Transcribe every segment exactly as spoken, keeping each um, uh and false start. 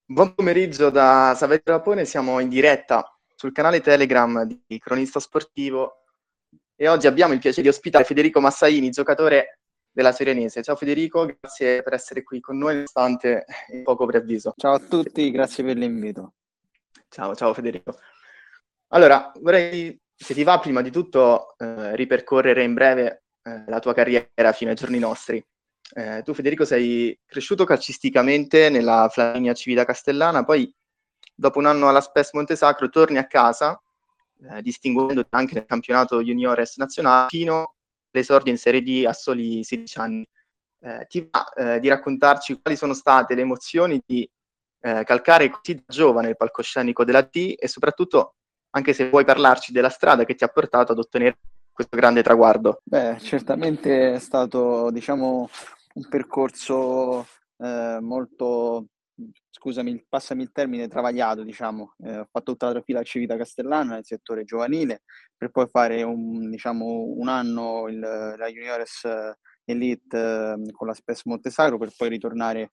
Buon pomeriggio da Saverio Rapone, siamo in diretta sul canale Telegram di Cronista Sportivo e oggi abbiamo il piacere di ospitare Federico Massaini, giocatore della Serenese. Ciao Federico, grazie per essere qui con noi nonostante il poco preavviso. Ciao a tutti, grazie per l'invito. Ciao, ciao Federico. Allora, vorrei, se ti va, prima di tutto eh, ripercorrere in breve eh, la tua carriera fino ai giorni nostri. Eh, tu Federico sei cresciuto calcisticamente nella Flaminia Civita Castellana, poi dopo un anno alla Spes Montesacro torni a casa, eh, distinguendoti anche nel campionato juniores nazionale, fino all'esordio in Serie D a soli sedici anni. Eh, ti va eh, di raccontarci quali sono state le emozioni di eh, calcare così da giovane il palcoscenico della D e soprattutto anche se vuoi parlarci della strada che ti ha portato ad ottenere questo grande traguardo? Beh, certamente è stato, diciamo, un percorso eh, molto, scusami, passami il termine, travagliato, diciamo. Eh, ho fatto tutta la trafila a Civita Castellana nel settore giovanile, per poi fare un, diciamo, un anno il, la Juniores Elite eh, con la Spes Montesagro, per poi ritornare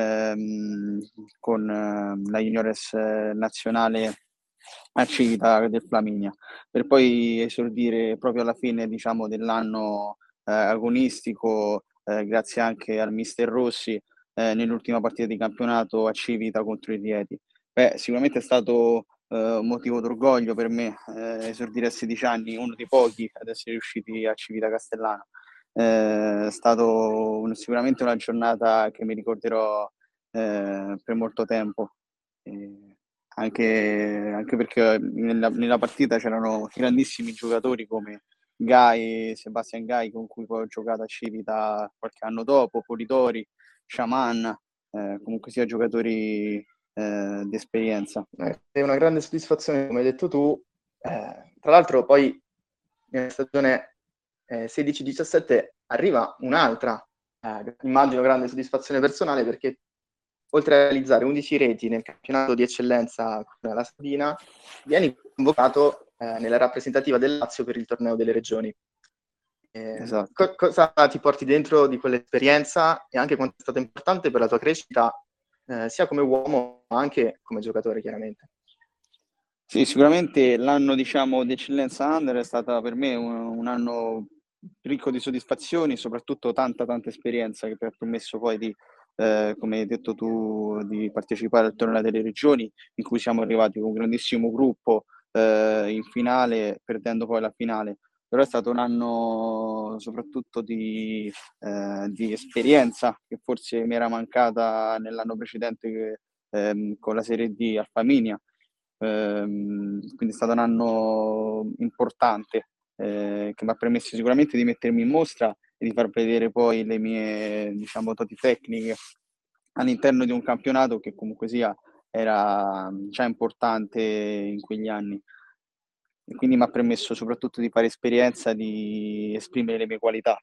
ehm, con eh, la Juniores eh, nazionale a Civita del Flaminia, per poi esordire proprio alla fine, diciamo, dell'anno eh, agonistico, eh, grazie anche al mister Rossi, eh, nell'ultima partita di campionato a Civita contro i Rieti. Beh, sicuramente è stato eh, un motivo d'orgoglio per me eh, esordire a sedici anni, uno dei pochi ad essere riusciti a Civita Castellana. Eh, è stato un, sicuramente una giornata che mi ricorderò eh, per molto tempo. Eh, anche, anche perché nella, nella partita c'erano grandissimi giocatori come Gai, Sebastian Gai, con cui poi ho giocato a Civita qualche anno dopo, Polidori, Shaman, eh, comunque sia giocatori eh, di esperienza. Eh, è una grande soddisfazione, come hai detto tu. Eh, tra l'altro poi nella stagione eh, sedici diciassette arriva un'altra, eh, immagino, grande soddisfazione personale perché oltre a realizzare undici reti nel campionato di eccellenza con la Sabina, vieni convocato eh, nella rappresentativa del Lazio per il torneo delle regioni. Eh, Esatto. co- cosa ti porti dentro di quell'esperienza e anche quanto è stata importante per la tua crescita, eh, sia come uomo ma anche come giocatore, chiaramente? Sì, sicuramente l'anno, diciamo, di eccellenza under è stata per me un, un anno ricco di soddisfazioni, soprattutto tanta tanta esperienza che mi ha permesso poi di, eh, come hai detto tu, di partecipare al torneo delle regioni, in cui siamo arrivati con un grandissimo gruppo eh, in finale, perdendo poi la finale. Però è stato un anno soprattutto di, eh, di esperienza che forse mi era mancata nell'anno precedente che, ehm, con la Serie D al Flaminia. Ehm, quindi è stato un anno importante eh, che mi ha permesso sicuramente di mettermi in mostra e di far vedere poi le mie, diciamo, doti tecniche all'interno di un campionato che comunque sia era già importante in quegli anni. E quindi mi ha permesso soprattutto di fare esperienza, di esprimere le mie qualità.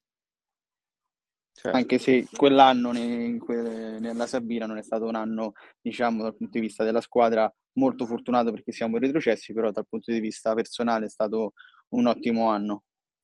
Certo. Anche se quell'anno ne- in que- nella Sabina non è stato un anno, diciamo, dal punto di vista della squadra molto fortunato perché siamo retrocessi, però dal punto di vista personale è stato un ottimo anno.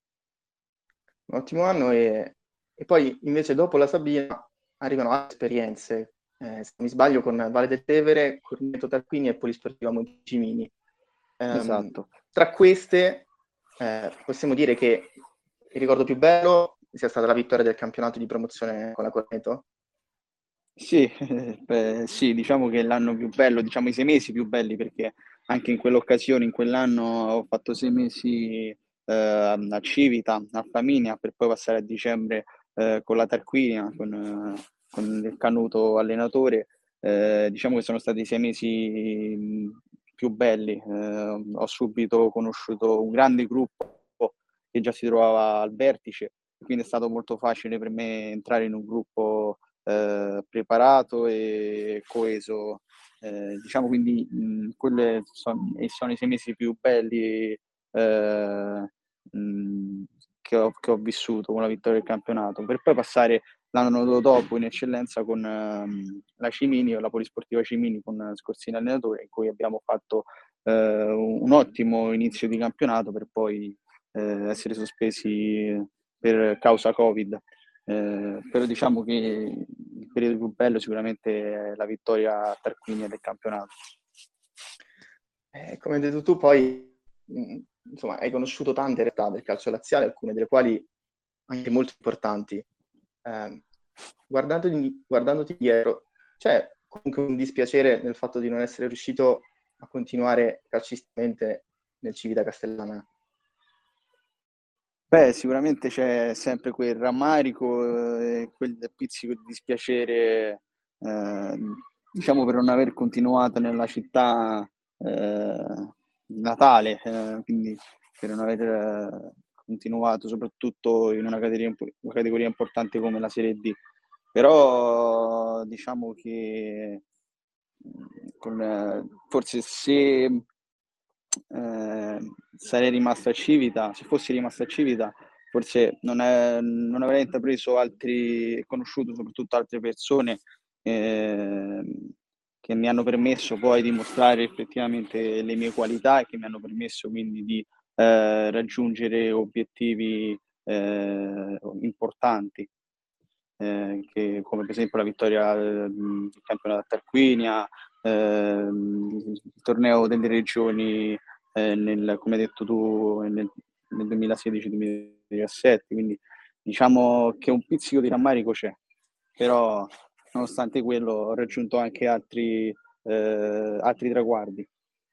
Un ottimo anno e, e poi invece dopo la Sabina arrivano altre esperienze, eh, se non mi sbaglio con Valle del Tevere, Corneto Tarquini e Polisportiva Monticimini. Ehm, Esatto. Tra queste eh, possiamo dire che il ricordo più bello sia stata la vittoria del campionato di promozione con la Corneto. Sì, beh, sì, diciamo che è l'anno più bello, diciamo i sei mesi più belli, perché anche in quell'occasione, in quell'anno, ho fatto sei mesi eh, a Civita, a Flaminia, per poi passare a dicembre eh, con la Tarquinia, con, eh, con il Canuto allenatore. Eh, diciamo che sono stati i sei mesi mh, più belli. Eh, ho subito conosciuto un grande gruppo che già si trovava al vertice, quindi è stato molto facile per me entrare in un gruppo eh, preparato e coeso. Eh, diciamo quindi mh, quelli sono, sono i sei mesi più belli eh, mh, che, ho, che ho vissuto con la vittoria del campionato, per poi passare l'anno dopo in eccellenza con ehm, la Cimini o la Polisportiva Cimini con Scorsini allenatore, in cui abbiamo fatto eh, un ottimo inizio di campionato per poi eh, essere sospesi per causa Covid. Eh, però diciamo che il periodo più bello sicuramente è la vittoria a Tarquinia del campionato. Eh, come hai detto tu, poi mh, insomma, hai conosciuto tante realtà del calcio laziale, alcune delle quali anche molto importanti. Eh, guardandoti, guardandoti dietro, c'è comunque un dispiacere nel fatto di non essere riuscito a continuare calcisticamente nel Civita Castellana? Beh, sicuramente c'è sempre quel rammarico e eh, quel pizzico di dispiacere, eh, diciamo, per non aver continuato nella città eh, natale, eh, quindi per non aver eh, continuato soprattutto in una categoria, una categoria importante come la Serie D. Però diciamo che con, eh, forse se eh, sarei rimasto a Civita, se fossi rimasto a Civita, forse non, è, non avrei intrapreso altri, conosciuto soprattutto altre persone eh, che mi hanno permesso poi di mostrare effettivamente le mie qualità e che mi hanno permesso quindi di eh, raggiungere obiettivi eh, importanti. Eh, che, come per esempio la vittoria eh, del campionato a Tarquinia, ehm, il torneo delle regioni eh, nel, come hai detto tu nel, nel duemilasedici duemiladiciassette, quindi diciamo che un pizzico di rammarico c'è, però nonostante quello ho raggiunto anche altri, eh, altri traguardi.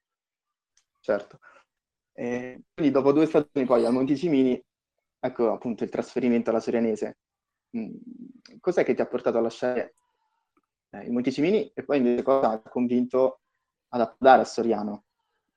Certo. E quindi dopo due stagioni poi al Monticimini, ecco appunto il trasferimento alla Sorianese. Mm, Cos'è che ti ha portato a lasciare eh, il Monticimini e poi invece cosa ti ha convinto ad approdare a Soriano?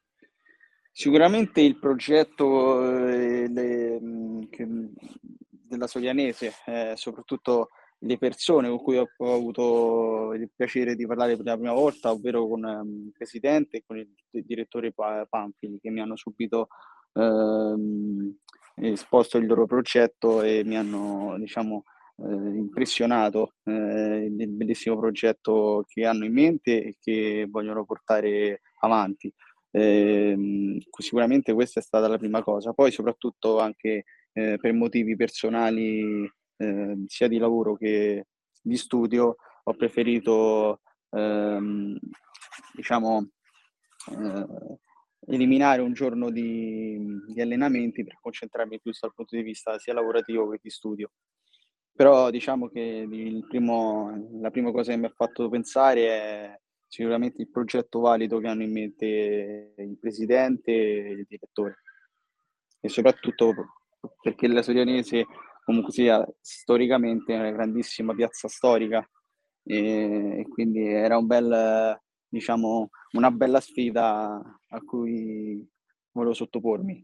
Sicuramente il progetto eh, le- mh, che- della Sorianese, eh, soprattutto le persone con cui ho, ho avuto il piacere di parlare per la prima volta, ovvero con ehm, il presidente e con il, il direttore Pa- Panfili, che mi hanno subito ehm, esposto il loro progetto e mi hanno, diciamo, eh, impressionato eh, del bellissimo progetto che hanno in mente e che vogliono portare avanti. Eh, sicuramente questa è stata la prima cosa, poi soprattutto anche eh, per motivi personali, eh, sia di lavoro che di studio, ho preferito ehm, diciamo eh, eliminare un giorno di, di allenamenti per concentrarmi più dal punto di vista sia lavorativo che di studio. Però diciamo che il primo, la prima cosa che mi ha fatto pensare è sicuramente il progetto valido che hanno in mente il presidente e il direttore. E soprattutto perché la Sorianese comunque sia storicamente una grandissima piazza storica e, e quindi era un bel, diciamo, una bella sfida a cui volevo sottopormi.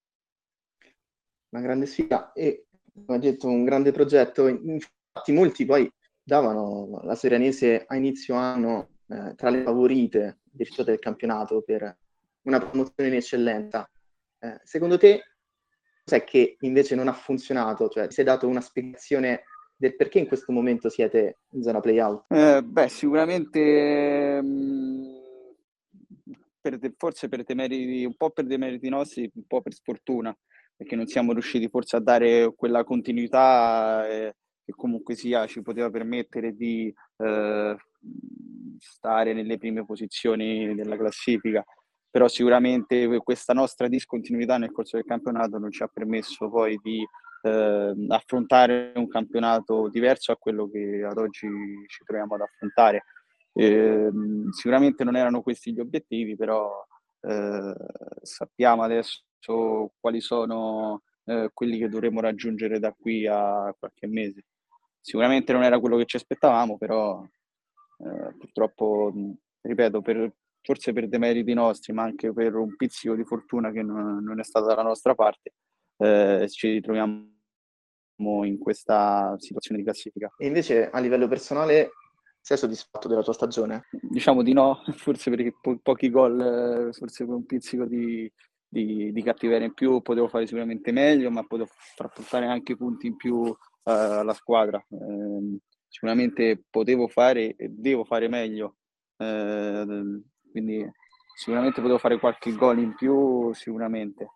Una grande sfida e, come hai detto, un grande progetto. Infatti molti poi davano la Sorianese a inizio anno eh, tra le favorite addirittura del campionato per una promozione in eccellenza. Eh, secondo te cos'è che invece non ha funzionato? Cioè, ti sei dato una spiegazione del perché in questo momento siete in zona play-out? Eh, beh, sicuramente mh, per de- forse per demeriti, un po' per demeriti nostri, un po' per sfortuna, perché non siamo riusciti forse a dare quella continuità eh, che comunque sia ci poteva permettere di eh, stare nelle prime posizioni della classifica. Però sicuramente questa nostra discontinuità nel corso del campionato non ci ha permesso poi di eh, affrontare un campionato diverso a quello che ad oggi ci troviamo ad affrontare. Eh, sicuramente non erano questi gli obiettivi, però eh, sappiamo adesso quali sono eh, quelli che dovremo raggiungere da qui a qualche mese. Sicuramente non era quello che ci aspettavamo, però eh, purtroppo, ripeto, per, forse per demeriti nostri, ma anche per un pizzico di fortuna che non, non è stata dalla nostra parte, eh, ci ritroviamo in questa situazione di classifica. E invece a livello personale sei soddisfatto della tua stagione? Diciamo di no, forse perché po- pochi gol, eh, forse con un pizzico di, di, di cattiveria in più potevo fare sicuramente meglio, ma potevo far portare anche punti in più eh, alla squadra. Eh, sicuramente potevo fare e devo fare meglio, eh, quindi sicuramente potevo fare qualche gol in più, sicuramente.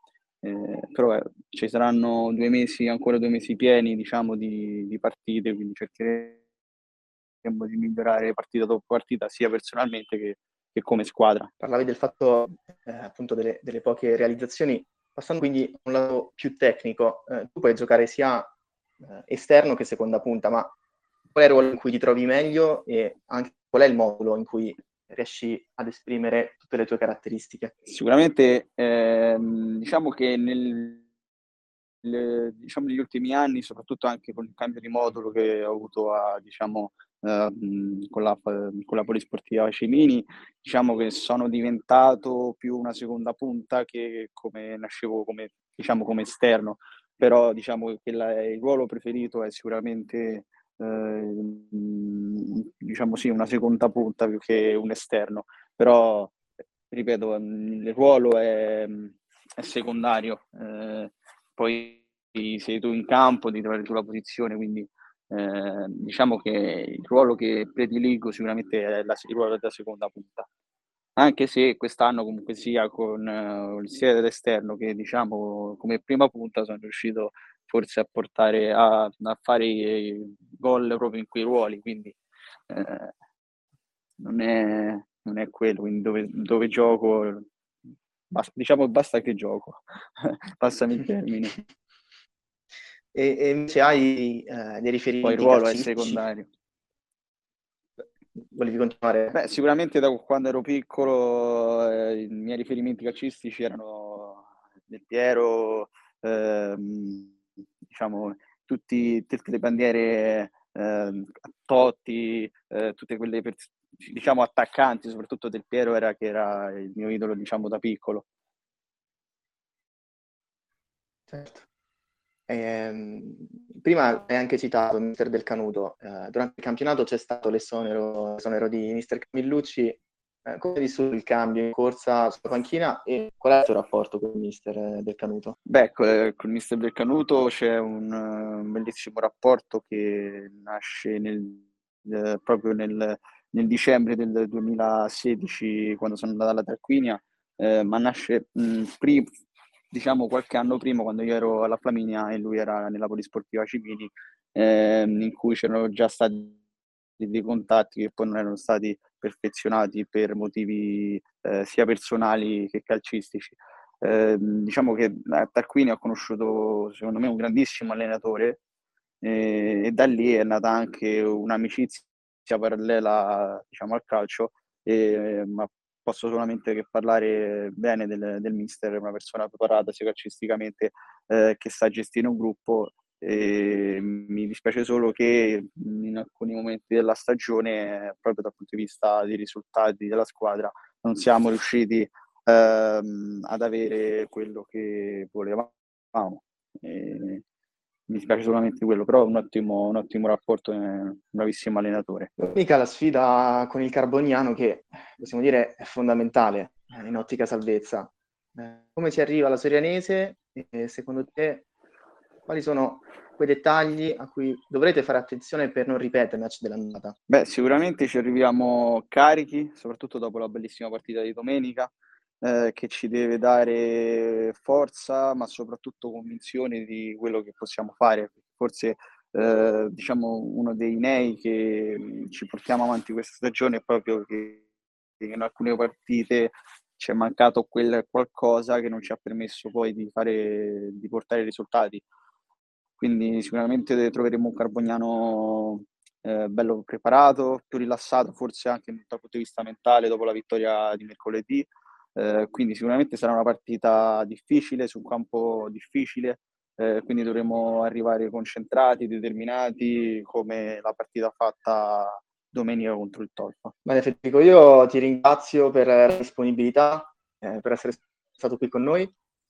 eh, però eh, ci saranno due mesi, ancora due mesi pieni, diciamo, di, di partite, quindi cercheremo di migliorare partita dopo partita, sia personalmente che, che come squadra. Parlavi del fatto eh, appunto delle, delle poche realizzazioni, passando quindi a un lato più tecnico, eh, tu puoi giocare sia eh, esterno che seconda punta, ma qual è il ruolo in cui ti trovi meglio e anche qual è il modulo in cui riesci ad esprimere tutte le tue caratteristiche? Sicuramente ehm, diciamo che nel, le, diciamo negli ultimi anni, soprattutto anche con il cambio di modulo che ho avuto a, diciamo, eh, con la, con la Polisportiva Cimini, diciamo che sono diventato più una seconda punta che come nascevo come, diciamo, come esterno, però diciamo che la, il ruolo preferito è sicuramente eh, diciamo sì, una seconda punta più che un esterno, però ripeto, il ruolo è, è secondario. Eh, poi sei tu in campo, devi trovare tu la posizione, quindi eh, diciamo che il ruolo che prediligo sicuramente è la, il ruolo della seconda punta. Anche se quest'anno comunque sia con uh, sia dell'esterno che diciamo come prima punta sono riuscito forse a portare a, a fare i gol proprio in quei ruoli, quindi eh, non è, non è quello, quindi dove, dove gioco, basta, diciamo basta che gioco, passami il termine. E, e invece hai eh, dei Poi il riferimenti ruolo è calcistici? secondario. Volevi continuare? Beh, sicuramente da quando ero piccolo eh, i miei riferimenti calcistici erano Del Piero, ehm, diciamo, tutti, tutte le bandiere ehm, Totti, eh, tutte quelle pers- diciamo attaccanti, soprattutto Del Piero era che era il mio idolo, diciamo, da piccolo. Certo. Ehm, prima hai anche citato il mister Del Canuto. Eh, durante il campionato c'è stato l'esonero, l'esonero di mister Camillucci. Eh, come hai vissuto il cambio in corsa sulla panchina e qual è il tuo rapporto con il mister eh, Del Canuto? Beh, co- con il mister Del Canuto c'è un, eh, un bellissimo rapporto che nasce nel, eh, proprio nel, nel dicembre del duemilasedici, quando sono andato alla Tarquinia, eh, ma nasce mh, pri- diciamo qualche anno prima, quando io ero alla Flaminia e lui era nella Polisportiva Cimini, ehm, in cui c'erano già stati dei contatti che poi non erano stati perfezionati per motivi eh, sia personali che calcistici. Eh, diciamo che a Tarquini ho conosciuto, secondo me, un grandissimo allenatore eh, e da lì è nata anche un'amicizia parallela, diciamo, al calcio, e, ma posso solamente che parlare bene del, del mister, è una persona preparata sia calcisticamente eh, che sa gestire un gruppo. E mi dispiace solo che in alcuni momenti della stagione, proprio dal punto di vista dei risultati della squadra, non siamo riusciti ehm, ad avere quello che volevamo. E mi spiace solamente quello, però è un ottimo, un ottimo rapporto, è un bravissimo allenatore. Mica la sfida con il Carboniano che, possiamo dire, è fondamentale eh, in ottica salvezza. Eh, come si arriva alla Sorianese e secondo te quali sono quei dettagli a cui dovrete fare attenzione per non ripetere il match dell'andata? Beh, sicuramente ci arriviamo carichi, soprattutto dopo la bellissima partita di domenica, eh, che ci deve dare forza, ma soprattutto convinzione di quello che possiamo fare. Forse, eh, diciamo, uno dei nei che mh, ci portiamo avanti questa stagione è proprio che in alcune partite ci è mancato quel qualcosa che non ci ha permesso poi di fare, di portare i risultati. Quindi sicuramente troveremo un Carboniano eh, bello preparato, più rilassato, forse anche dal punto di vista mentale dopo la vittoria di mercoledì. Eh, quindi sicuramente sarà una partita difficile, su un campo difficile, eh, quindi dovremo arrivare concentrati, determinati, come la partita fatta domenica contro il Tolfa. Bene Federico, io ti ringrazio per la disponibilità, eh, per essere stato qui con noi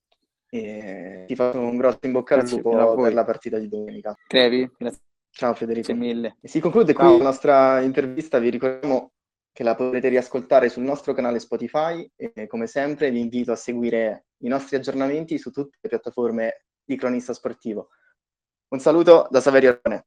e ti faccio un grosso in bocca al Grazie mille a lupo per voi. la partita di domenica. Trevi, grazie Ciao Federico. mille. E si conclude qui la Ciao. nostra intervista, vi ricordiamo che la potrete riascoltare sul nostro canale Spotify e come sempre vi invito a seguire i nostri aggiornamenti su tutte le piattaforme di Cronista Sportivo. Un saluto da Saverio Arone.